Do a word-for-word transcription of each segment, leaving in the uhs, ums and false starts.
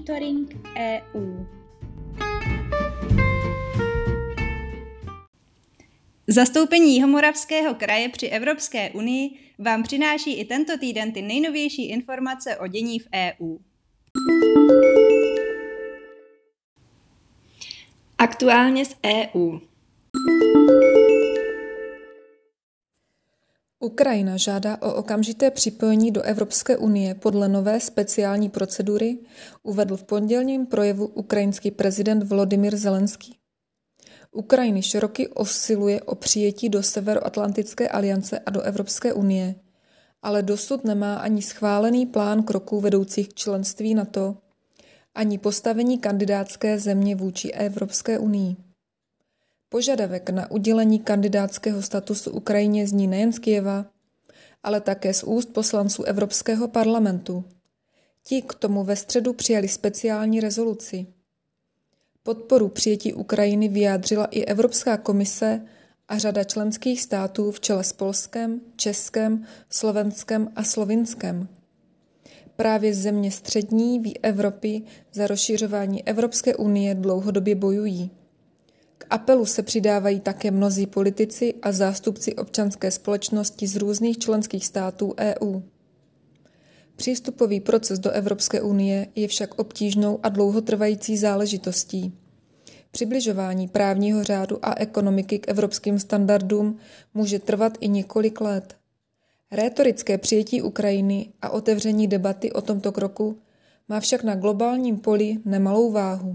Monitoring E U. Zastoupení Jihomoravského kraje při Evropské unii vám přináší i tento týden ty nejnovější informace o dění v E U. Aktuálně z E U. Ukrajina žádá o okamžité připojení do Evropské unie podle nové speciální procedury, uvedl v pondělním projevu ukrajinský prezident Volodymyr Zelenský. Ukrajina roky usiluje o přijetí do Severoatlantické aliance a do Evropské unie, ale dosud nemá ani schválený plán kroků vedoucích k členství NATO, ani postavení kandidátské země vůči Evropské unii. Požadavek na udělení kandidátského statusu Ukrajině zní nejen z Kyjeva, ale také z úst poslanců Evropského parlamentu. Ti k tomu ve středu přijali speciální rezoluci. Podporu přijetí Ukrajiny vyjádřila i Evropská komise a řada členských států v čele s Polskem, Českem, Slovenskem a Slovinskem. Právě země střední v Evropy za rozšiřování Evropské unie dlouhodobě bojují. K apelu se přidávají také mnozí politici a zástupci občanské společnosti z různých členských států E U. Přístupový proces do Evropské unie je však obtížnou a dlouhotrvající záležitostí. Přibližování právního řádu a ekonomiky k evropským standardům může trvat i několik let. Rétorické přijetí Ukrajiny a otevření debaty o tomto kroku má však na globálním poli nemalou váhu.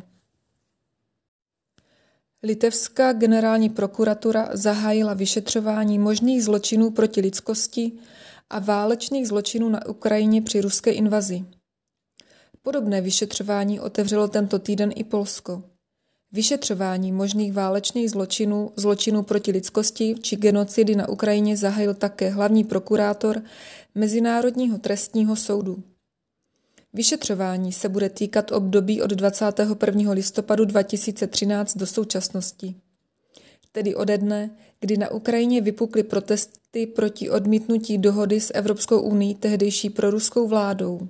Litevská generální prokuratura zahájila vyšetřování možných zločinů proti lidskosti a válečných zločinů na Ukrajině při ruské invazi. Podobné vyšetřování otevřelo tento týden i Polsko. Vyšetřování možných válečných zločinů, zločinů proti lidskosti či genocidy na Ukrajině zahájil také hlavní prokurátor Mezinárodního trestního soudu. Vyšetřování se bude týkat období od dvacátého prvního listopadu dva tisíce třináct do současnosti, tedy ode dne, kdy na Ukrajině vypukly protesty proti odmítnutí dohody s Evropskou unií tehdejší proruskou vládou.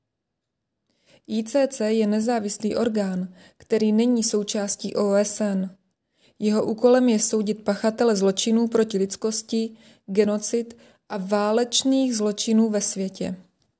I C C je nezávislý orgán, který není součástí O S N. Jeho úkolem je soudit pachatele zločinů proti lidskosti, genocid a válečných zločinů ve světě.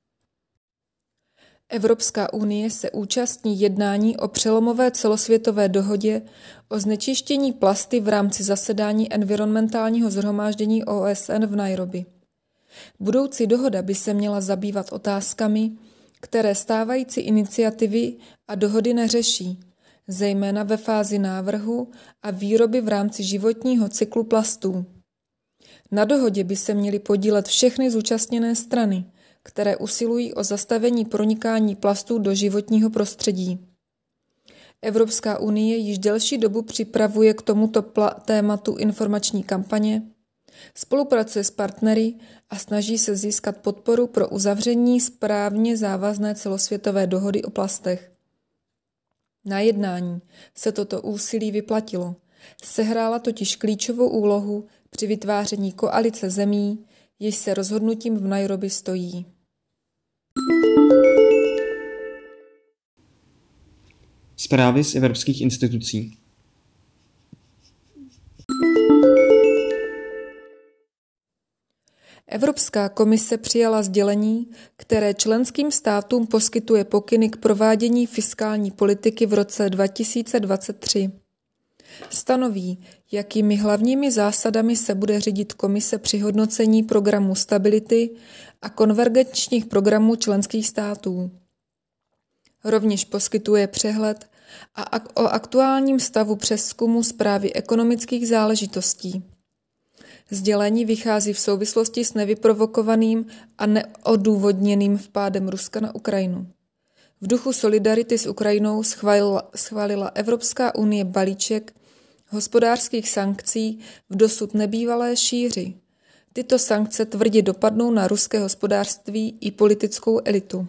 Evropská unie se účastní jednání o přelomové celosvětové dohodě o znečištění plasty v rámci zasedání environmentálního shromáždění O S N v Nairobi. Budoucí dohoda by se měla zabývat otázkami, které stávající iniciativy a dohody neřeší, zejména ve fázi návrhu a výroby v rámci životního cyklu plastů. Na dohodě by se měly podílet všechny zúčastněné strany, které usilují o zastavení pronikání plastů do životního prostředí. Evropská unie již delší dobu připravuje k tomuto pla- tématu informační kampaně, spolupracuje s partnery a snaží se získat podporu pro uzavření správně závazné celosvětové dohody o plastech. Na jednání se toto úsilí vyplatilo. Sehrála totiž klíčovou úlohu při vytváření koalice zemí, jež se rozhodnutím v Nairobi stojí. Zprávy z evropských institucí. Evropská komise přijala sdělení, které členským státům poskytuje pokyny k provádění fiskální politiky v roce dva tisíce dvacet tři. Stanoví, jakými hlavními zásadami se bude řídit komise při hodnocení programu stability a konvergenčních programů členských států. Rovněž poskytuje přehled a o aktuálním stavu přezkumu zprávy ekonomických záležitostí. Sdělení vychází v souvislosti s nevyprovokovaným a neodůvodněným vpádem Ruska na Ukrajinu. V duchu solidarity s Ukrajinou schválila, schválila Evropská unie balíček hospodářských sankcí v dosud nebývalé šíři. Tyto sankce tvrdě dopadnou na ruské hospodářství i politickou elitu.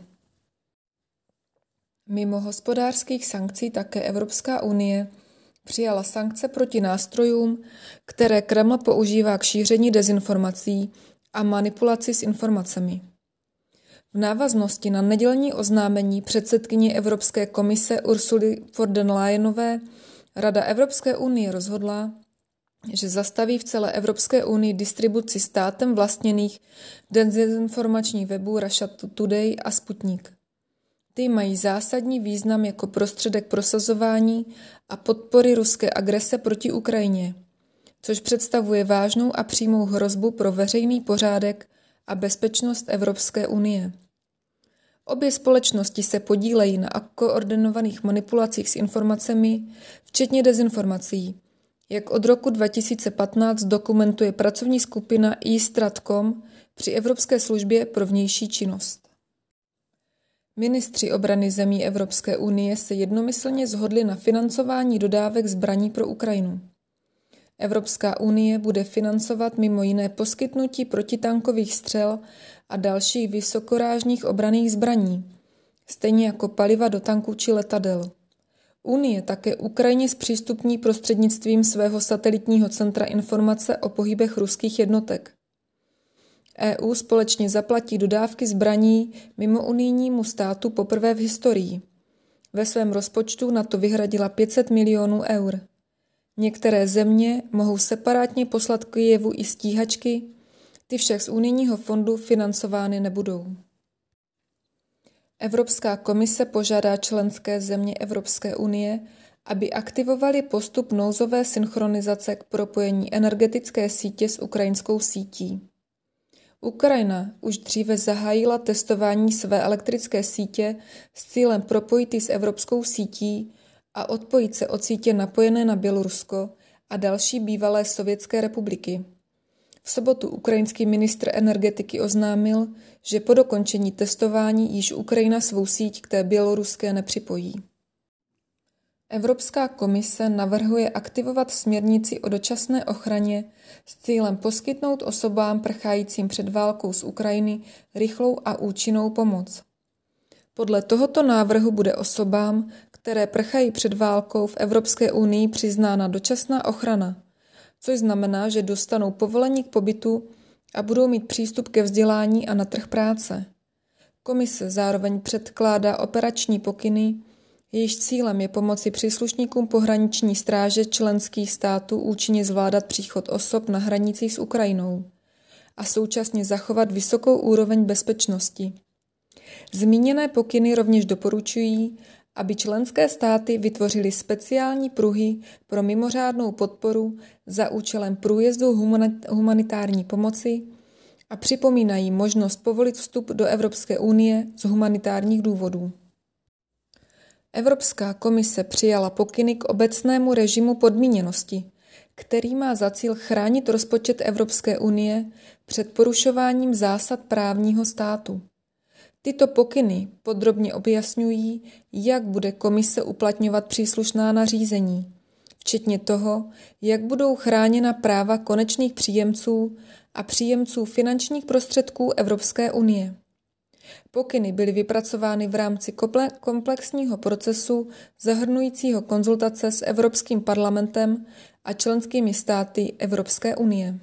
Mimo hospodářských sankcí také Evropská unie přijala sankce proti nástrojům, které Kreml používá k šíření dezinformací a manipulaci s informacemi. V návaznosti na nedělní oznámení předsedkyně Evropské komise Ursuly von der Leyenové Rada Evropské unie rozhodla, že zastaví v celé Evropské unii distribuci státem vlastněných dezinformačních webů Russia Today a Sputnik. Ty mají zásadní význam jako prostředek prosazování a podpory ruské agrese proti Ukrajině, což představuje vážnou a přímou hrozbu pro veřejný pořádek a bezpečnost Evropské unie. Obě společnosti se podílejí na koordinovaných manipulacích s informacemi, včetně dezinformací, jak od roku dva tisíce patnáct dokumentuje pracovní skupina e strat tečka com při Evropské službě pro vnější činnost. Ministři obrany zemí Evropské unie se jednomyslně shodli na financování dodávek zbraní pro Ukrajinu. Evropská unie bude financovat mimo jiné poskytnutí protitankových střel a dalších vysokorážních obranných zbraní, stejně jako paliva do tanků či letadel. Unie také Ukrajině zpřístupní prostřednictvím svého satelitního centra informace o pohybech ruských jednotek. E U společně zaplatí dodávky zbraní mimo unijnímu státu poprvé v historii. Ve svém rozpočtu na to vyhradila pět set milionů eur. Některé země mohou separátně poslat Kyjevu i stíhačky, ty však z unijního fondu financovány nebudou. Evropská komise požádá členské země Evropské unie, aby aktivovali postup nouzové synchronizace k propojení energetické sítě s ukrajinskou sítí. Ukrajina už dříve zahájila testování své elektrické sítě s cílem propojit ji s evropskou sítí a odpojit se od sítě napojené na Bělorusko a další bývalé sovětské republiky. V sobotu ukrajinský ministr energetiky oznámil, že po dokončení testování již Ukrajina svou síť k té běloruské nepřipojí. Evropská komise navrhuje aktivovat směrnici o dočasné ochraně s cílem poskytnout osobám prchajícím před válkou z Ukrajiny rychlou a účinnou pomoc. Podle tohoto návrhu bude osobám, které prchají před válkou v Evropské unii, přiznána dočasná ochrana, což znamená, že dostanou povolení k pobytu a budou mít přístup ke vzdělání a na trh práce. Komise zároveň předkládá operační pokyny, jejichž cílem je pomoci příslušníkům pohraniční stráže členských států účinně zvládat příchod osob na hranicích s Ukrajinou a současně zachovat vysokou úroveň bezpečnosti. Zmíněné pokyny rovněž doporučují, aby členské státy vytvořily speciální pruhy pro mimořádnou podporu za účelem průjezdu humanitární pomoci a připomínají možnost povolit vstup do Evropské unie z humanitárních důvodů. Evropská komise přijala pokyny k obecnému režimu podmíněnosti, který má za cíl chránit rozpočet Evropské unie před porušováním zásad právního státu. Tyto pokyny podrobně objasňují, jak bude komise uplatňovat příslušná nařízení, včetně toho, jak budou chráněna práva konečných příjemců a příjemců finančních prostředků Evropské unie. Pokyny byly vypracovány v rámci komplexního procesu zahrnujícího konzultace s Evropským parlamentem a členskými státy Evropské unie.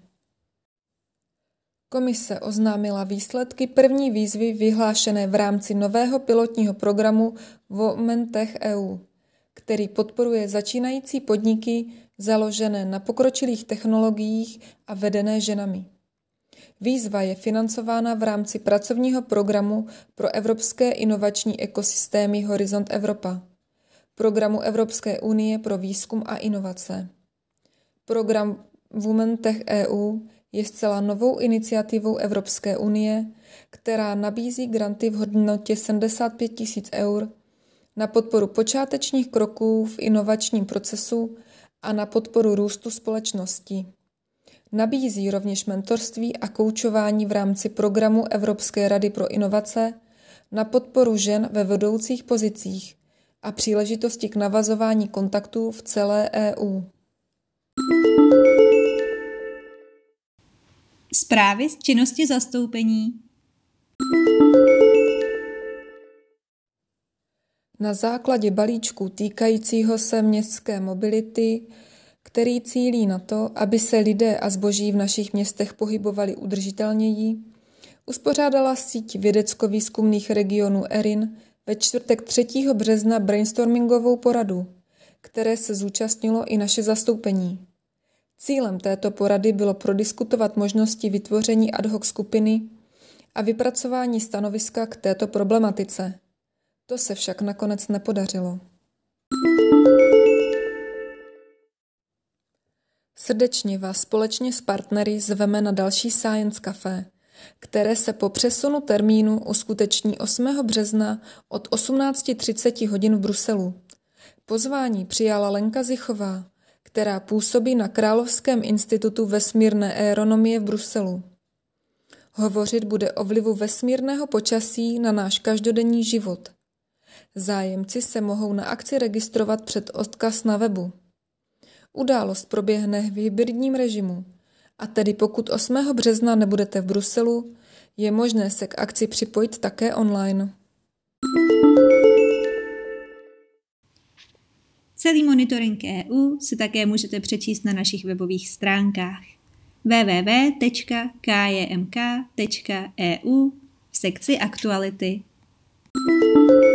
Komise oznámila výsledky první výzvy vyhlášené v rámci nového pilotního programu Womentech E U, který podporuje začínající podniky založené na pokročilých technologiích a vedené ženami. Výzva je financována v rámci pracovního programu pro evropské inovační ekosystémy Horizont Evropa, programu Evropské unie pro výzkum a inovace. Program Womentech E U je zcela novou iniciativou Evropské unie, která nabízí granty v hodnotě sedmdesát pět tisíc eur na podporu počátečních kroků v inovačním procesu a na podporu růstu společnosti. Nabízí rovněž mentorství a koučování v rámci programu Evropské rady pro inovace na podporu žen ve vedoucích pozicích a příležitosti k navazování kontaktů v celé E U. Zprávy z činnosti zastoupení. Na základě balíčku týkajícího se městské mobility, který cílí na to, aby se lidé a zboží v našich městech pohybovali udržitelněji, Uspořádala síť vědecko-výzkumných regionů E R I N ve čtvrtek třetího března brainstormingovou poradu, které se zúčastnilo i naše zastoupení. Cílem této porady bylo prodiskutovat možnosti vytvoření ad hoc skupiny a vypracování stanoviska k této problematice. To se však nakonec nepodařilo. Srdečně vás společně s partnery zveme na další Science Café, které se po přesunu termínu uskuteční osmého března od osmnáct třicet hodin v Bruselu. Pozvání přijala Lenka Zichová, která působí na Královském institutu vesmírné aeronomie v Bruselu. Hovořit bude o vlivu vesmírného počasí na náš každodenní život. Zájemci se mohou na akci registrovat před odkaz na webu. Událost proběhne v hybridním režimu, a tedy pokud osmého března nebudete v Bruselu, je možné se k akci připojit také online. Celý monitoring E U si také můžete přečíst na našich webových stránkách w w w tečka k j m k tečka e u v sekci aktuality.